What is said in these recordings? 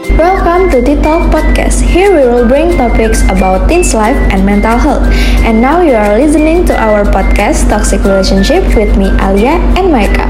Welcome to Tea Talk Podcast. Here we will bring topics about teens life and mental health. And now you are listening to our podcast Toxic Relationship with me Alia and Maika.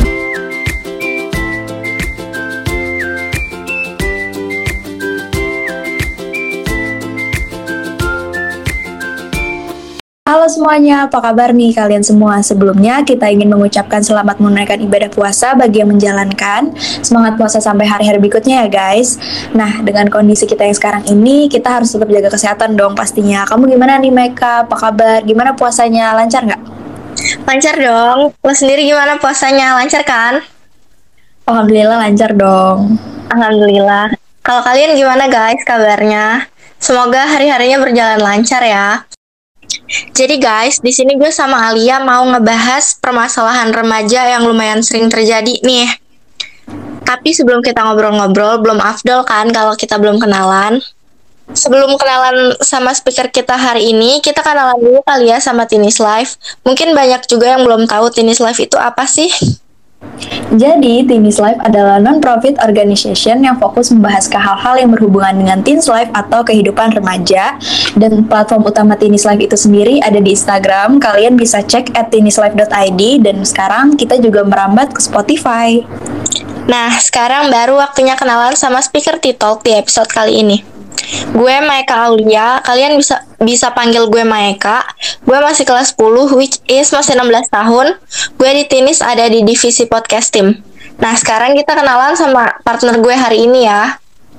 Halo semuanya, apa kabar nih kalian semua? Sebelumnya kita ingin mengucapkan selamat menunaikan ibadah puasa bagi yang menjalankan. Semangat puasa sampai hari-hari berikutnya ya guys. Nah, dengan kondisi kita yang sekarang ini, kita harus tetap jaga kesehatan dong pastinya. Kamu gimana nih Maika? Apa kabar? Gimana puasanya? Lancar nggak? Lancar dong. Lo sendiri gimana puasanya? Lancar kan? Alhamdulillah lancar dong. Alhamdulillah. Kalau kalian gimana guys kabarnya? Semoga hari-harinya berjalan lancar ya. Jadi guys, di sini gue sama Alia mau ngebahas permasalahan remaja yang lumayan sering terjadi nih. Tapi sebelum kita ngobrol-ngobrol, belum afdol kan kalau kita belum kenalan. Sebelum kenalan sama speaker kita hari ini, kita kenalan dulu kali ya sama Teenage Life. Mungkin banyak juga yang belum tahu Teenage Life itu apa sih? Jadi, Teenage Life adalah non-profit organization yang fokus membahas ke hal-hal yang berhubungan dengan teens life atau kehidupan remaja. Dan platform utama Teenage Life itu sendiri ada di Instagram. Kalian bisa cek @teenagelife.id dan sekarang kita juga merambat ke Spotify. Nah, sekarang baru waktunya kenalan sama speaker T-Talk di episode kali ini. Gue Maika Aulia, kalian bisa panggil gue Maika. Gue masih kelas 10, which is masih 16 tahun. Gue di Tinis ada di divisi podcast team. Nah, sekarang kita kenalan sama partner gue hari ini ya.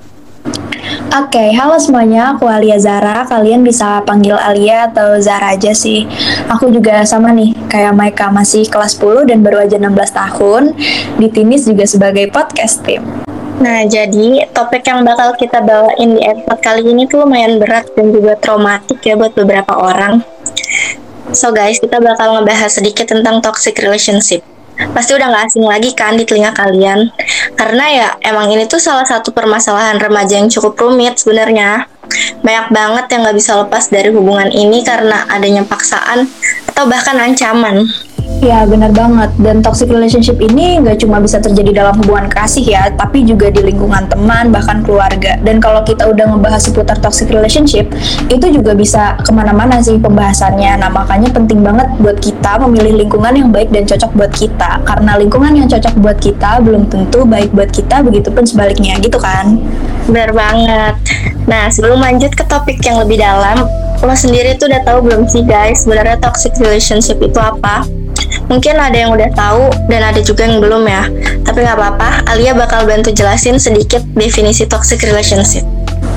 Oke, halo semuanya, aku Alia Zara. Kalian bisa panggil Alia atau Zara aja sih. Aku juga sama nih, kayak Maika masih kelas 10 dan baru aja 16 tahun. Di Tinis juga sebagai podcast team. Nah, jadi topik yang bakal kita bawain di episode kali ini tuh lumayan berat dan juga traumatik ya buat beberapa orang. So guys, kita bakal ngebahas sedikit tentang toxic relationship. Pasti udah gak asing lagi kan di telinga kalian. Karena ya emang ini tuh salah satu permasalahan remaja yang cukup rumit sebenarnya. Banyak banget yang gak bisa lepas dari hubungan ini karena adanya paksaan atau bahkan ancaman. Ya benar banget, dan toxic relationship ini nggak cuma bisa terjadi dalam hubungan kasih ya, tapi juga di lingkungan teman, bahkan keluarga. Dan kalau kita udah ngebahas seputar toxic relationship, itu juga bisa kemana-mana sih pembahasannya. Nah makanya penting banget buat kita memilih lingkungan yang baik dan cocok buat kita. Karena lingkungan yang cocok buat kita belum tentu baik buat kita, begitupun sebaliknya gitu kan. Benar banget. Nah sebelum lanjut ke topik yang lebih dalam, lo sendiri tuh udah tahu belum sih guys sebenarnya toxic relationship itu apa? Mungkin ada yang udah tahu dan ada juga yang belum ya. Tapi nggak apa-apa, Alia bakal bantu jelasin sedikit definisi toxic relationship.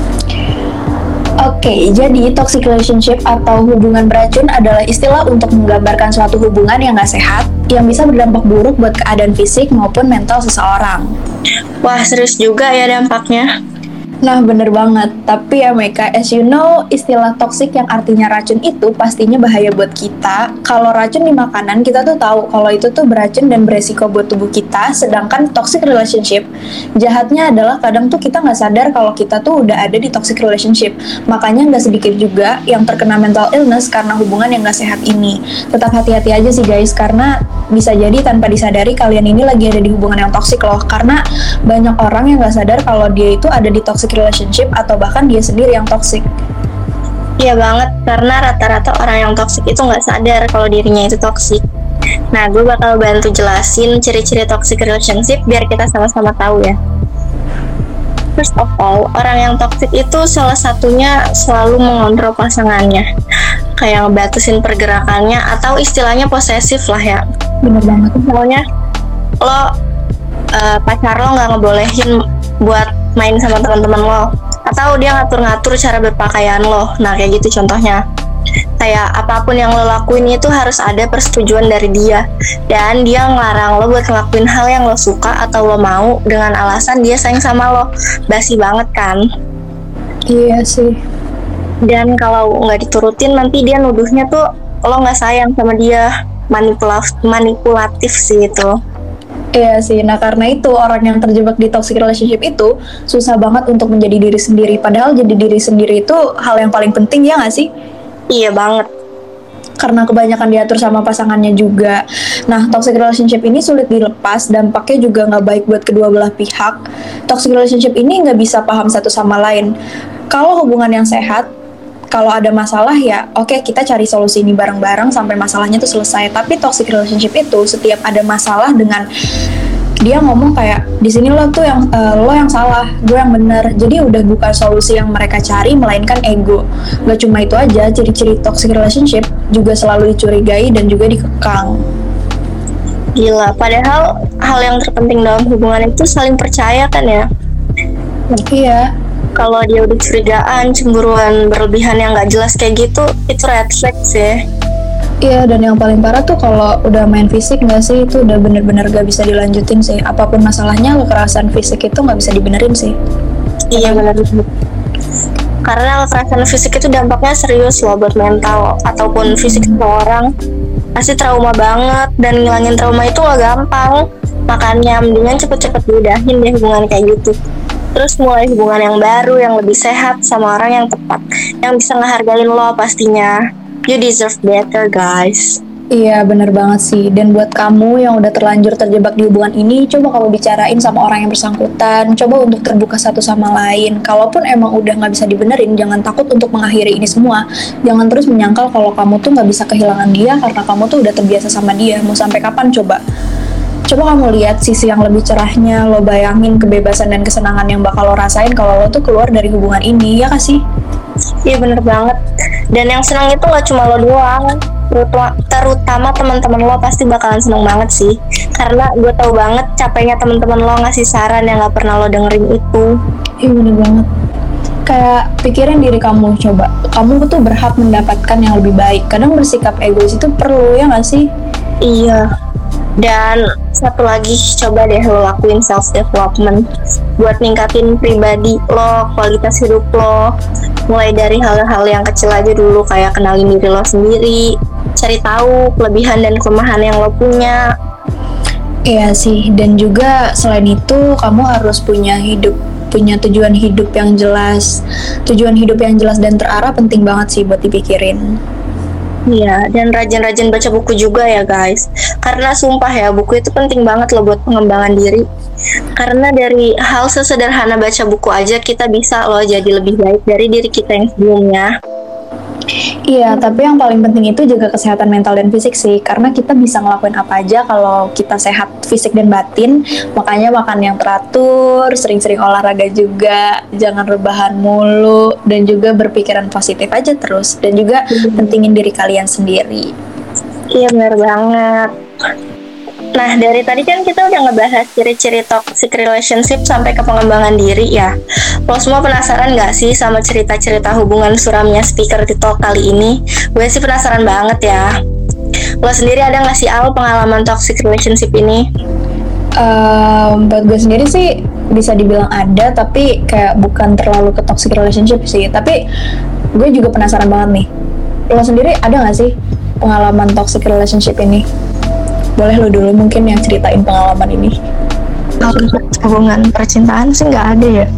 Oke, jadi toxic relationship atau hubungan beracun adalah istilah untuk menggambarkan suatu hubungan yang nggak sehat, yang bisa berdampak buruk buat keadaan fisik maupun mental seseorang. Wah, serius juga ya dampaknya. Nah bener banget, tapi ya Meka, as you know, istilah toxic yang artinya racun itu pastinya bahaya buat kita. Kalau racun di makanan, kita tuh tahu kalau itu tuh beracun dan beresiko buat tubuh kita. Sedangkan toxic relationship, jahatnya adalah kadang tuh kita nggak sadar kalau kita tuh udah ada di toxic relationship. Makanya nggak sedikit juga yang terkena mental illness karena hubungan yang nggak sehat ini. Tetap hati-hati aja sih guys, karena bisa jadi tanpa disadari kalian ini lagi ada di hubungan yang toxic loh. Karena banyak orang yang nggak sadar kalau dia itu ada di toxic relationship atau bahkan dia sendiri yang toxic. Iya banget, karena rata-rata orang yang toxic itu nggak sadar kalau dirinya itu toxic. Nah, gue bakal bantu jelasin ciri-ciri toxic relationship biar kita sama-sama tahu ya. First of all, orang yang toxic itu salah satunya selalu mengontrol pasangannya, kayak ngebatasin pergerakannya atau istilahnya posesif lah ya. Bener banget. Misalnya lo pacar lo nggak ngebolehin buat main sama teman-teman lo, atau dia ngatur-ngatur cara berpakaian lo. Nah kayak gitu contohnya. Kayak apapun yang lo lakuin itu harus ada persetujuan dari dia, dan dia ngelarang lo buat ngelakuin hal yang lo suka atau lo mau dengan alasan dia sayang sama lo. Basi banget kan? Iya sih. Dan kalau nggak diturutin nanti dia nuduhnya tuh lo nggak sayang sama dia. Manipulatif sih itu. Iya sih, nah karena itu orang yang terjebak di toxic relationship itu susah banget untuk menjadi diri sendiri. Padahal jadi diri sendiri itu hal yang paling penting ya nggak sih? Iya banget. Karena kebanyakan diatur sama pasangannya juga. Nah, toxic relationship ini sulit dilepas, dampaknya juga nggak baik buat kedua belah pihak. Toxic relationship ini nggak bisa paham satu sama lain. Kalau hubungan yang sehat, kalau ada masalah ya oke, kita cari solusi ini bareng-bareng sampai masalahnya tuh selesai. Tapi toxic relationship itu setiap ada masalah dengan dia ngomong kayak di sini lo yang salah, gue yang benar. Jadi udah bukan solusi yang mereka cari, melainkan ego. Gak cuma itu aja, ciri-ciri toxic relationship juga selalu dicurigai dan juga dikekang. Gila, padahal hal yang terpenting dalam hubungan itu saling percaya kan ya. Iya. Kalau dia udah curigaan, cemburuan berlebihan yang gak jelas kayak gitu, itu red flag sih. Iya, dan yang paling parah tuh kalau udah main fisik nggak sih, itu udah bener-bener gak bisa dilanjutin sih. Apapun masalahnya, kekerasan fisik itu nggak bisa dibenerin sih. Iya benar. Karena kekerasan fisik itu dampaknya serius loh buat mental ataupun fisik seseorang. Pasti trauma banget, dan ngilangin trauma itu gak gampang. Makanya mendingan cepet-cepet diudahin deh hubungan kayak gitu. Terus mulai hubungan yang baru, yang lebih sehat sama orang yang tepat, yang bisa ngehargain lo pastinya. You deserve better, guys. Iya, bener banget sih. Dan buat kamu yang udah terlanjur terjebak di hubungan ini, coba kamu bicarain sama orang yang bersangkutan. Coba untuk terbuka satu sama lain. Kalaupun emang udah nggak bisa dibenerin, jangan takut untuk mengakhiri ini semua. Jangan terus menyangkal kalau kamu tuh nggak bisa kehilangan dia karena kamu tuh udah terbiasa sama dia. Mau sampai kapan coba? Coba kamu lihat sisi yang lebih cerahnya. Lo bayangin kebebasan dan kesenangan yang bakal lo rasain kalau lo tuh keluar dari hubungan ini, ya kasih? Iya bener banget. Dan yang senang itu gak cuma lo doang, terutama teman-teman lo pasti bakalan seneng banget sih. Karena gue tahu banget capeknya teman-teman lo ngasih saran yang gak pernah lo dengerin itu. Iya bener banget. Kayak pikirin diri kamu, coba. Kamu tuh berhak mendapatkan yang lebih baik. Kadang bersikap egois itu perlu, ya gak sih? Iya. Dan satu lagi, coba deh lo lakuin self development buat ningkatin pribadi lo, kualitas hidup lo. Mulai dari hal-hal yang kecil aja dulu, kayak kenalin diri lo sendiri, cari tahu kelebihan dan kelemahan yang lo punya. Iya sih, dan juga selain itu kamu harus punya tujuan hidup yang jelas. Tujuan hidup yang jelas dan terarah penting banget sih buat dipikirin. Iya, dan rajin-rajin baca buku juga ya guys. Karena sumpah ya, buku itu penting banget loh buat pengembangan diri. Karena dari hal sesederhana baca buku aja kita bisa loh jadi lebih baik dari diri kita yang sebelumnya. Iya, tapi yang paling penting itu juga kesehatan mental dan fisik sih. Karena kita bisa ngelakuin apa aja kalau kita sehat fisik dan batin. Makanya makan yang teratur, sering-sering olahraga juga, jangan rebahan mulu, dan juga berpikiran positif aja terus. Dan juga pentingin diri kalian sendiri. Iya benar banget. Nah, dari tadi kan kita udah ngebahas ciri-ciri toxic relationship sampai ke pengembangan diri ya. Lo semua penasaran gak sih sama cerita-cerita hubungan suramnya speaker TikTok kali ini? Gue sih penasaran banget ya. Lo sendiri ada gak sih Al pengalaman toxic relationship ini? Buat gue sendiri sih bisa dibilang ada, tapi kayak bukan terlalu ke toxic relationship sih. Tapi gue juga penasaran banget nih. Lo sendiri ada gak sih pengalaman toxic relationship ini? Boleh lo dulu mungkin yang ceritain pengalaman ini. Kalau hubungan percintaan sih nggak ada ya.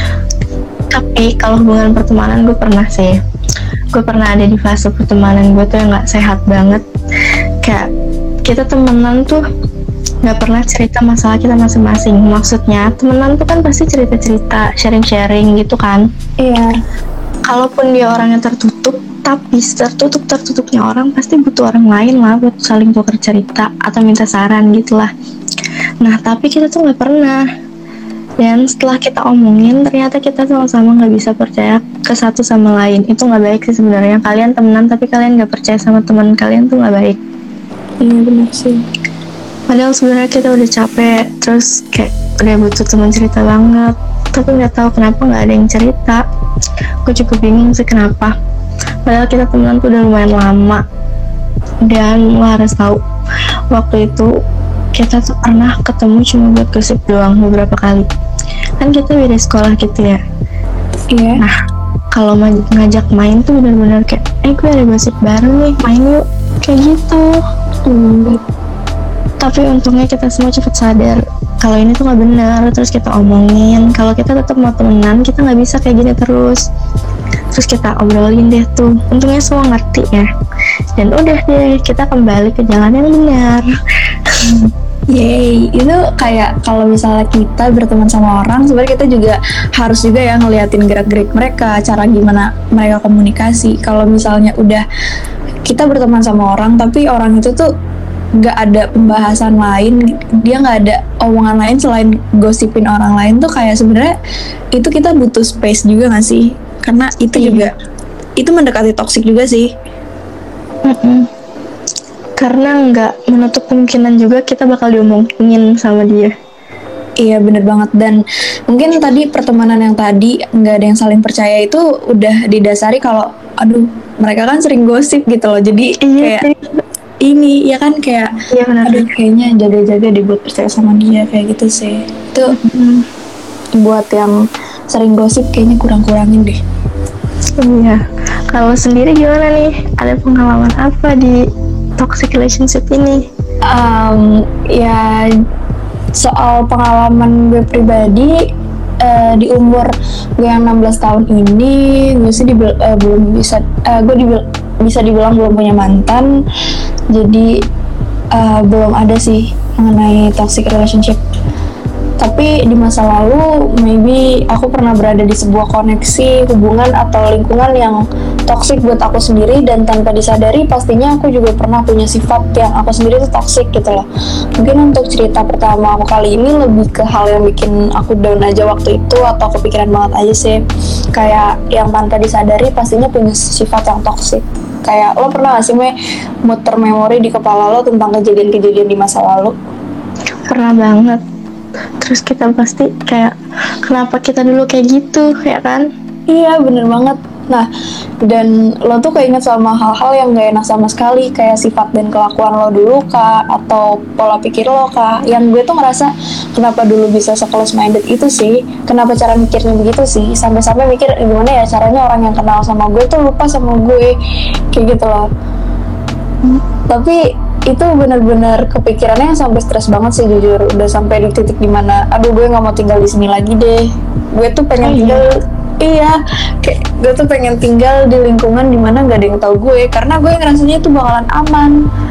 Tapi kalau hubungan pertemanan gue pernah sih. Gue pernah ada di fase pertemanan gue tuh yang nggak sehat banget. Kayak kita temenan tuh nggak pernah cerita masalah kita masing-masing. Maksudnya temenan tuh kan pasti cerita-cerita, sharing-sharing gitu kan. Iya. Kalaupun dia orangnya tertutup, tapi tertutupnya orang pasti butuh orang lain lah buat saling tukar cerita atau minta saran gitulah. Nah tapi kita tuh nggak pernah. Dan setelah kita omongin, ternyata kita sama-sama nggak bisa percaya ke satu sama lain. Itu nggak baik sih sebenarnya. Kalian temenan tapi kalian nggak percaya sama teman kalian tuh nggak baik. Iya benar sih. Padahal sebenarnya kita udah capek, terus kayak udah butuh teman cerita banget, tapi nggak tahu kenapa nggak ada yang cerita. Gue cukup bingung sih kenapa. Padahal kita temenan tuh udah lumayan lama. Dan lo harus tahu, waktu itu kita tuh pernah ketemu cuma buat gosip doang beberapa kali. Kan kita beda sekolah gitu ya. Iya. Nah, kalau ngajak main tuh benar-benar kayak, gue ada gosip baru nih, main yuk, kayak gitu. Tapi untungnya kita semua cepet sadar kalau ini tuh nggak benar. Terus kita omongin kalau kita tetap mau temenan, kita nggak bisa kayak gini terus. Terus kita obrolin deh tuh. Untungnya semua ngerti ya. Dan udah deh, kita kembali ke jalan yang benar. Yeay, itu kayak kalau misalnya kita berteman sama orang, sebenarnya kita juga harus juga ya ngeliatin gerak-gerik mereka, cara gimana mereka komunikasi. Kalau misalnya udah kita berteman sama orang, tapi orang itu tuh nggak ada pembahasan lain, dia nggak ada omongan lain selain gosipin orang lain tuh kayak sebenarnya itu kita butuh space juga nggak sih? Karena itu juga itu mendekati toxic juga sih. Karena nggak menutup kemungkinan juga kita bakal diomongin sama dia. Iya bener banget, dan mungkin tadi pertemanan yang tadi nggak ada yang saling percaya itu udah didasari kalau aduh mereka kan sering gosip gitu loh, jadi kayak ini ya kan kayak Iya benar. aduh kayaknya jaga-jaga dibuat percaya sama dia kayak gitu sih. Itu buat yang sering gosip kayaknya kurang-kurangin deh. Iya. Kalau sendiri gimana nih? Ada pengalaman apa di toxic relationship ini? Ya soal pengalaman gue pribadi, di umur gue yang 16 tahun ini gue sih belum bisa, bisa dibilang belum punya mantan, jadi belum ada sih mengenai toxic relationship. Tapi di masa lalu maybe aku pernah berada di sebuah koneksi hubungan atau lingkungan yang toxic buat aku sendiri, dan tanpa disadari pastinya aku juga pernah punya sifat yang aku sendiri tuh toxic gitu loh. Mungkin untuk cerita pertama aku kali ini lebih ke hal yang bikin aku down aja waktu itu, atau kepikiran banget aja sih. Kayak yang tanpa disadari pastinya punya sifat yang toxic. Kayak lo pernah gak sih muter memori di kepala lo tentang kejadian-kejadian di masa lalu? Pernah banget. Terus kita pasti kayak kenapa kita dulu kayak gitu, ya kan? Iya bener banget. Nah, dan lo tuh keinget sama hal-hal yang gak enak sama sekali, kayak sifat dan kelakuan lo dulu kah, atau pola pikir lo kah. Yang gue tuh ngerasa kenapa dulu bisa se-close minded itu sih, kenapa cara mikirnya begitu sih, sampai-sampai mikir gimana ya caranya orang yang kenal sama gue tuh lupa sama gue, kayak gitu loh. Tapi itu benar-benar kepikirannya yang sampai stres banget sih jujur, udah sampai di titik dimana aduh gue nggak mau tinggal di sini lagi deh. Gue tuh pengen tinggal, iya kayak gue tuh pengen tinggal di lingkungan dimana nggak ada yang tahu gue, karena gue ngerasanya itu bakalan aman.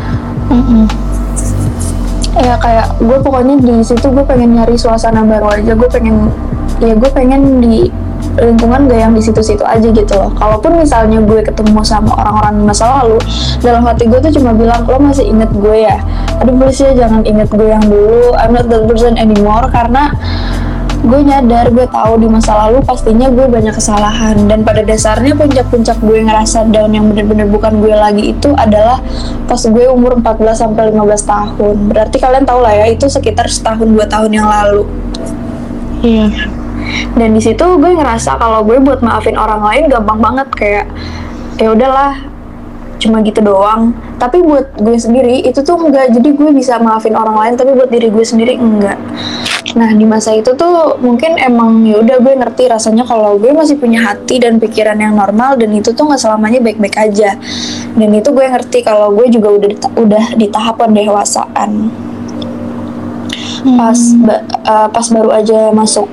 Ya kayak gue pokoknya di situ gue pengen nyari suasana baru aja, gue pengen di lingkungan gak yang di situ-situ aja gitu loh. Kalaupun misalnya gue ketemu sama orang-orang di masa lalu, dalam hati gue tuh cuma bilang, lo masih inget gue ya? Aduh please ya jangan inget gue yang dulu, I'm not that person anymore. Karena gue nyadar, gue tahu di masa lalu pastinya gue banyak kesalahan, dan pada dasarnya puncak-puncak gue ngerasa down yang bener-bener bukan gue lagi itu adalah pas gue umur 14-15 tahun. Berarti kalian tahu lah ya, itu sekitar setahun 2 tahun yang lalu. Iya. Dan di situ gue ngerasa kalau gue buat maafin orang lain gampang banget, kayak ya udahlah cuma gitu doang. Tapi buat gue sendiri itu tuh enggak. Jadi gue bisa maafin orang lain, tapi buat diri gue sendiri enggak. Nah di masa itu tuh mungkin emang ya udah gue ngerti rasanya kalau gue masih punya hati dan pikiran yang normal, dan itu tuh nggak selamanya baik-baik aja. Dan itu gue ngerti kalau gue juga udah di tahap pendewasaan. Pas baru aja masuk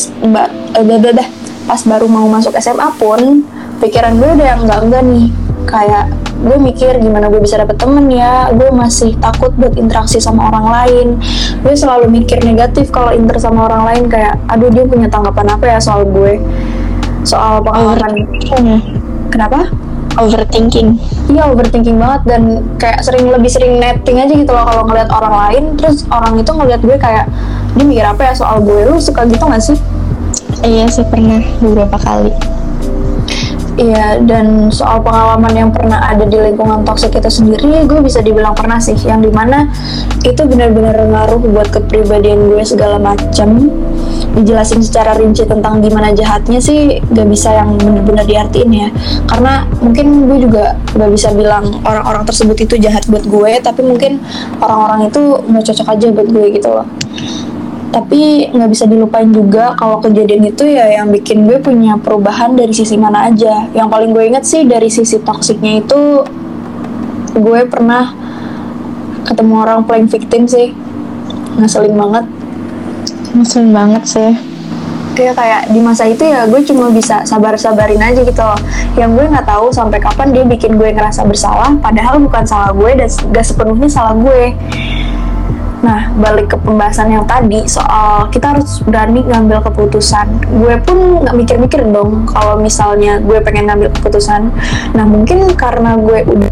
pas baru mau masuk SMA pun pikiran gue udah yang enggak nih, kayak gue mikir gimana gue bisa dapet temen ya, gue masih takut buat interaksi sama orang lain, gue selalu mikir negatif kalau inter sama orang lain, kayak aduh dia punya tanggapan apa ya soal gue, soal pengalaman. Kenapa? Overthinking. Iya overthinking banget, dan kayak lebih sering netting aja gitu loh kalau ngeliat orang lain, terus orang itu ngeliat gue kayak dia mikir apa ya soal gue. Lu suka gitu gak sih? Iya sih, pernah beberapa kali. Iya, dan soal pengalaman yang pernah ada di lingkungan toksik itu sendiri, gue bisa dibilang pernah sih, yang dimana itu benar-benar ngaruh buat kepribadian gue segala macam. Dijelasin secara rinci tentang gimana jahatnya sih gak bisa yang benar-benar diartiin ya, karena mungkin gue juga gak bisa bilang orang-orang tersebut itu jahat buat gue, tapi mungkin orang-orang itu gak cocok aja buat gue gitu loh. Tapi nggak bisa dilupain juga kalau kejadian itu ya yang bikin gue punya perubahan dari sisi mana aja. Yang paling gue inget sih dari sisi toksiknya itu, gue pernah ketemu orang playing victim sih. Ngeselin banget. Ngeselin banget sih. Ya kayak di masa itu ya gue cuma bisa sabar-sabarin aja gitu loh. Yang gue nggak tahu sampai kapan dia bikin gue ngerasa bersalah, padahal bukan salah gue dan gak sepenuhnya salah gue. Nah, balik ke pembahasan yang tadi soal kita harus berani ngambil keputusan. Gue pun nggak mikir-mikir dong kalau misalnya gue pengen ngambil keputusan. Nah, mungkin karena gue udah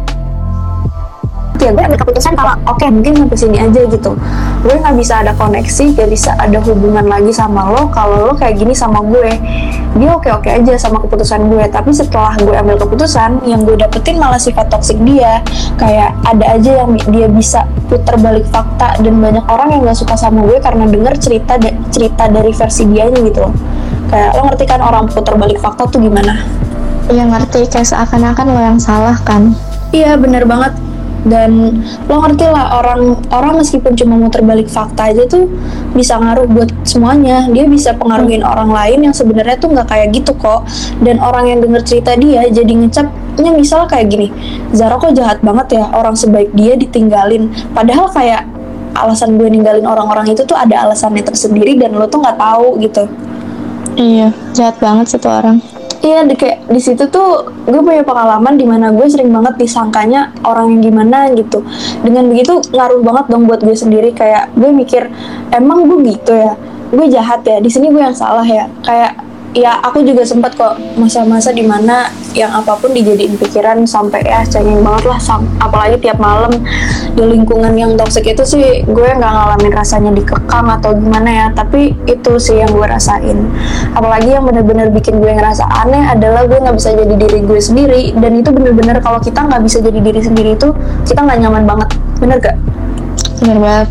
ya gue ambil keputusan kalau oke, mungkin sampai sini aja gitu. Gue nggak bisa ada koneksi, gak bisa ada hubungan lagi sama lo kalau lo kayak gini sama gue. Dia oke-oke aja sama keputusan gue, tapi setelah gue ambil keputusan, yang gue dapetin malah sifat toksik dia. Kayak ada aja yang dia bisa putar balik fakta, dan banyak orang yang gak suka sama gue karena denger cerita dari versi dianya gitu loh. Kayak lo ngerti kan orang putar balik fakta tuh gimana? Iya ngerti, kayak seakan-akan lo yang salah kan. Iya bener banget. Dan lo ngerti lah, orang meskipun cuma muter balik fakta aja tuh bisa ngaruh buat semuanya. Dia bisa pengaruhin orang lain yang sebenarnya tuh nggak kayak gitu kok. Dan orang yang denger cerita dia jadi ngecapnya misal kayak gini, Zara kok jahat banget ya, orang sebaik dia ditinggalin. Padahal kayak alasan gue ninggalin orang-orang itu tuh ada alasannya tersendiri dan lo tuh nggak tahu gitu. Iya, jahat banget sih tuh orang. Iya, kayak di situ tuh gue punya pengalaman di mana gue sering banget disangkanya orang yang gimana gitu. Dengan begitu ngaruh banget dong buat gue sendiri. Kayak gue mikir, emang gue gitu ya, gue jahat ya, di sini gue yang salah ya. Kayak ya aku juga sempat kok masa-masa dimana yang apapun dijadiin pikiran sampai ya cengeng banget lah, apalagi tiap malam di lingkungan yang toksik itu sih. Gue nggak ngalamin rasanya dikekang atau gimana ya, tapi itu sih yang gue rasain. Apalagi yang bener-bener bikin gue ngerasa aneh adalah gue nggak bisa jadi diri gue sendiri. Dan itu bener-bener kalau kita nggak bisa jadi diri sendiri itu kita nggak nyaman banget, bener gak? Bener banget.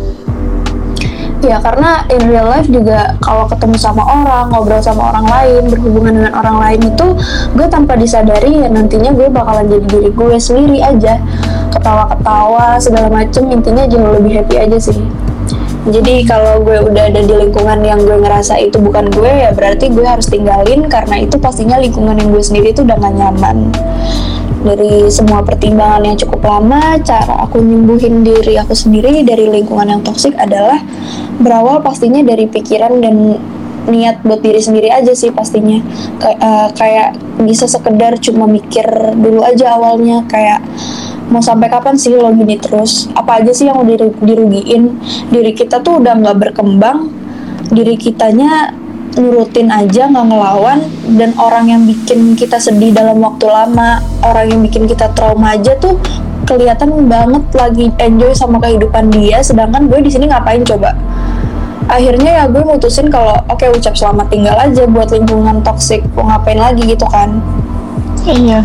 Ya karena in real life juga kalau ketemu sama orang, ngobrol sama orang lain, berhubungan dengan orang lain itu gue tanpa disadari ya nantinya gue bakalan jadi diri gue sendiri aja. Ketawa-ketawa segala macem, intinya jauh lebih happy aja sih. Jadi kalau gue udah ada di lingkungan yang gue ngerasa itu bukan gue, ya berarti gue harus tinggalin, karena itu pastinya lingkungan yang gue sendiri itu udah gak nyaman. Dari semua pertimbangan yang cukup lama, cara aku nyembuhin diri aku sendiri dari lingkungan yang toksik adalah berawal pastinya dari pikiran dan niat buat diri sendiri aja sih pastinya. Kayak bisa sekedar cuma mikir dulu aja awalnya, kayak mau sampai kapan sih lo gini terus? Apa aja sih yang udah dirugiin? Diri kita tuh udah nggak berkembang, diri kitanya nurutin aja, nggak ngelawan, dan orang yang bikin kita sedih dalam waktu lama, orang yang bikin kita trauma aja tuh kelihatan banget lagi enjoy sama kehidupan dia, sedangkan gue di sini ngapain coba? Akhirnya ya gue mutusin kalau oke, ucap selamat tinggal aja buat lingkungan toksik, mau ngapain lagi gitu kan? Iya.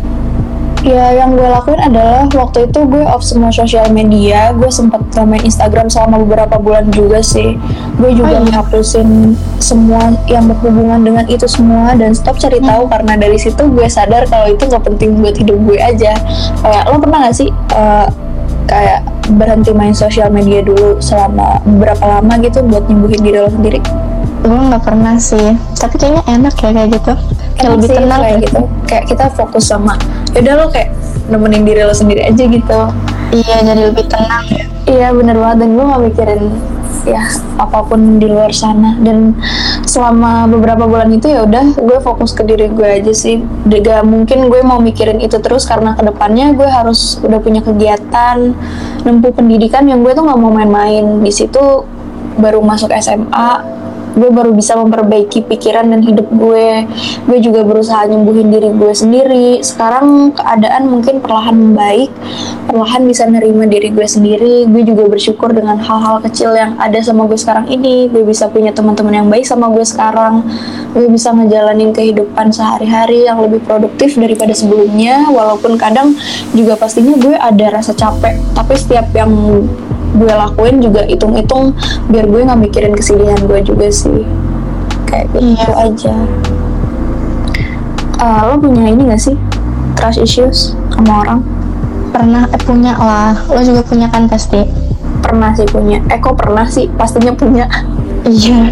Ya yang gue lakuin adalah waktu itu gue off semua sosial media. Gue sempat main Instagram selama beberapa bulan juga sih. Gue juga menghapusin semua yang berhubungan dengan itu semua dan stop cari tahu, karena dari situ gue sadar kalau itu gak penting buat hidup gue aja. Kayak lo pernah gak sih kayak berhenti main sosial media dulu selama beberapa lama gitu buat nyembuhin diri lo sendiri? Gue nggak pernah sih, tapi kayaknya enak ya kayak gitu. Kayak lebih sih, tenang kayak gitu. Kayak kita fokus sama, yaudah lo kayak nemenin diri lo sendiri aja gitu. Iya, jadi lebih tenang ya. Iya bener banget, dan gue gak mikirin ya apapun di luar sana. Dan selama beberapa bulan itu ya udah gue fokus ke diri gue aja sih. Gak mungkin gue mau mikirin itu terus, karena kedepannya gue harus udah punya kegiatan, nempuh pendidikan yang gue tuh gak mau main-main. Di situ baru masuk SMA, gue baru bisa memperbaiki pikiran dan hidup gue. Gue juga berusaha nyembuhin diri gue sendiri. Sekarang keadaan mungkin perlahan membaik, perlahan bisa nerima diri gue sendiri. Gue juga bersyukur dengan hal-hal kecil yang ada sama gue sekarang ini. Gue bisa punya teman-teman yang baik sama gue sekarang. Gue bisa ngejalanin kehidupan sehari-hari yang lebih produktif daripada sebelumnya. Walaupun kadang juga pastinya gue ada rasa capek, tapi setiap yang gue lakuin juga hitung-hitung biar gue nggak mikirin kesedihan gue juga sih. Kayak gitu aja. Lo punya ini gak sih trust issues sama orang? Pernah punya lah. Lo juga punya kan pasti? Pernah sih punya. Kok pernah sih? Pastinya punya. Iya.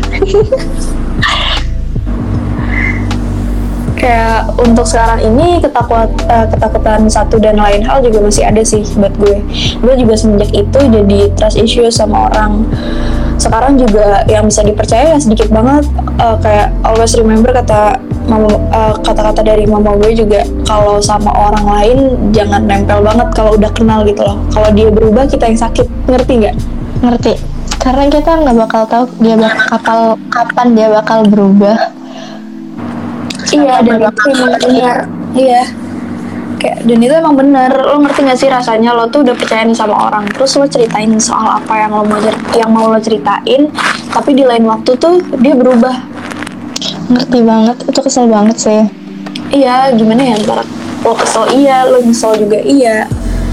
Kayak untuk sekarang ini ketakutan satu dan lain hal juga masih ada sih buat gue. Gue juga semenjak itu jadi trust issues sama orang. Sekarang juga yang bisa dipercaya ya sedikit banget. Kayak always remember kata-kata dari mama gue juga, kalau sama orang lain jangan nempel banget kalau udah kenal gitu loh. Kalau dia berubah kita yang sakit, ngerti nggak? Ngerti. Karena kita nggak bakal tahu kapan dia bakal berubah. Iya, dan itu emang benar. Iya. Dan itu emang bener. Lo ngerti gak sih rasanya lo tuh udah percaya nih sama orang, terus lo ceritain soal apa yang mau lo ceritain, tapi di lain waktu tuh dia berubah. Ngerti banget, itu kesel banget sih. Iya, gimana ya, antara lo kesel iya, lo nyesel juga iya.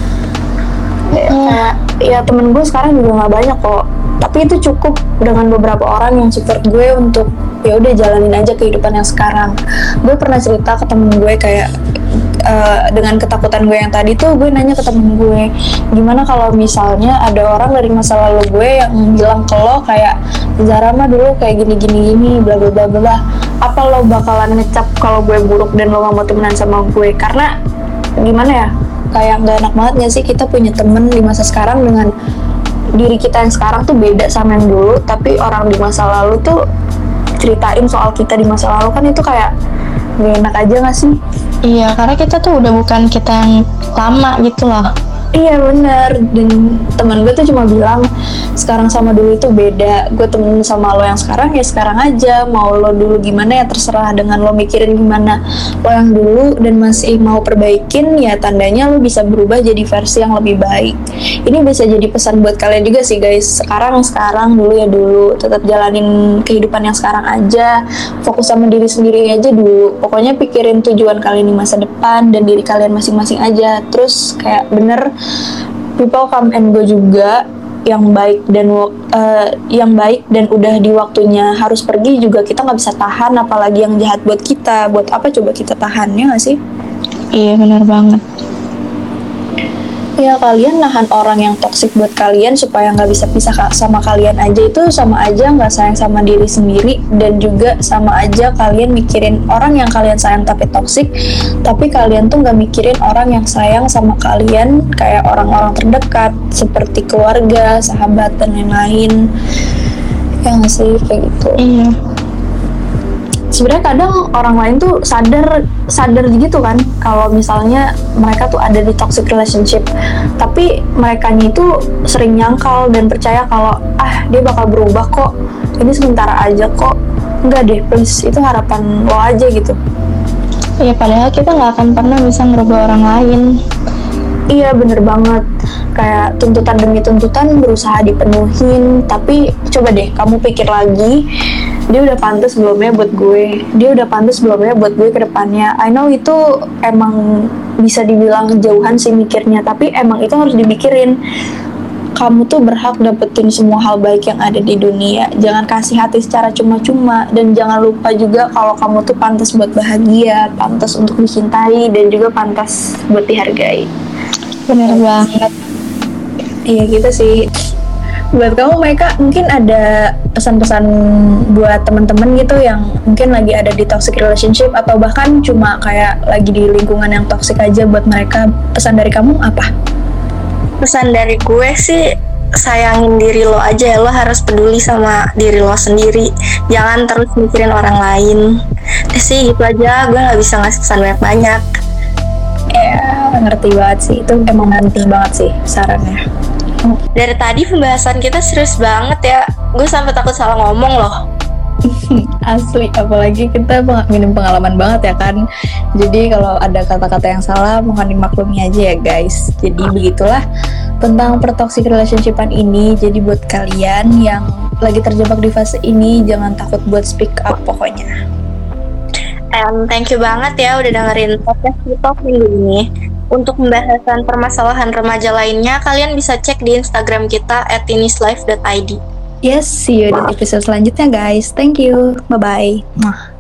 Kayak ya temen gue sekarang juga nggak banyak kok, tapi itu cukup dengan beberapa orang yang support gue untuk ya udah jalanin aja kehidupan yang sekarang. Gue pernah cerita ke temen gue kayak dengan ketakutan gue yang tadi tuh, gue nanya ke temen gue, gimana kalau misalnya ada orang dari masa lalu gue yang bilang ke lo kayak, Zara mah dulu kayak gini bla bla bla bla, apa lo bakalan ngecap kalau gue buruk dan lo gak mau temenan sama gue? Karena gimana ya, kayak nggak enak banget gak sih kita punya temen di masa sekarang dengan diri kita yang sekarang tuh beda sama yang dulu, tapi orang di masa lalu tuh ceritain soal kita di masa lalu, kan itu kayak gak enak aja gak sih? Iya, karena kita tuh udah bukan kita yang lama gitu loh. Iya benar, dan teman gue tuh cuma bilang sekarang sama dulu itu beda. Gue temen sama lo yang sekarang ya sekarang aja. Mau lo dulu gimana ya terserah, dengan lo mikirin gimana lo yang dulu dan masih mau perbaikin, ya tandanya lo bisa berubah jadi versi yang lebih baik. Ini bisa jadi pesan buat kalian juga sih guys. Sekarang dulu ya dulu. Tetap jalanin kehidupan yang sekarang aja. Fokus sama diri sendiri aja dulu. Pokoknya pikirin tujuan kalian di masa depan dan diri kalian masing-masing aja. Terus kayak bener, people come and go juga, yang baik dan udah di waktunya harus pergi juga kita nggak bisa tahan, apalagi yang jahat buat kita. Buat apa coba kita tahan, ya nggak sih? Iya benar banget. Ya kalian nahan orang yang toksik buat kalian supaya nggak bisa pisah sama kalian aja, itu sama aja nggak sayang sama diri sendiri, dan juga sama aja kalian mikirin orang yang kalian sayang tapi toksik, tapi kalian tuh nggak mikirin orang yang sayang sama kalian kayak orang-orang terdekat seperti keluarga, sahabat, dan lain-lain. Ya nggak sih, kayak gitu. Iya. Sebenarnya kadang orang lain tuh sadar gitu kan kalau misalnya mereka tuh ada di toxic relationship, tapi merekanya itu sering nyangkal dan percaya kalau dia bakal berubah kok, ini sementara aja kok. Enggak deh, please, itu harapan lo aja gitu. Iya, padahal kita nggak akan pernah bisa ngerubah orang lain. Iya bener banget, kayak tuntutan demi tuntutan berusaha dipenuhin, tapi coba deh kamu pikir lagi, dia udah pantas belum ya buat gue, dia udah pantas belum ya buat gue ke depannya. I know itu emang bisa dibilang jauhan sih mikirnya, tapi emang itu harus dipikirin. Kamu tuh berhak dapetin semua hal baik yang ada di dunia. Jangan kasih hati secara cuma-cuma, dan jangan lupa juga kalau kamu tuh pantas buat bahagia, pantas untuk dicintai, dan juga pantas buat dihargai. Bener banget. Iya gitu sih. Buat kamu Maika, mungkin ada pesan-pesan buat teman-teman gitu yang mungkin lagi ada di toxic relationship, atau bahkan cuma kayak lagi di lingkungan yang toxic aja, buat mereka pesan dari kamu apa? Pesan dari gue sih, sayangin diri lo aja. Lo harus peduli sama diri lo sendiri, jangan terus mikirin orang lain. Sih gitu aja, gue gak bisa ngasih pesan banyak-banyak. Ya ngerti banget sih, itu emang penting banget sih sarannya. Dari tadi pembahasan kita serius banget ya, gue sampai takut salah ngomong loh. Asli, apalagi kita minim pengalaman banget ya kan. Jadi kalau ada kata-kata yang salah mohon dimaklumi aja ya guys. Jadi begitulah tentang toxic relationshipan ini. Jadi buat kalian yang lagi terjebak di fase ini, jangan takut buat speak up pokoknya. And thank you banget ya udah dengerin podcast Talk minggu ini. Untuk pembahasan permasalahan remaja lainnya, kalian bisa cek di Instagram kita @tinislife.id. Yes, see you di episode selanjutnya guys. Thank you. Bye-bye.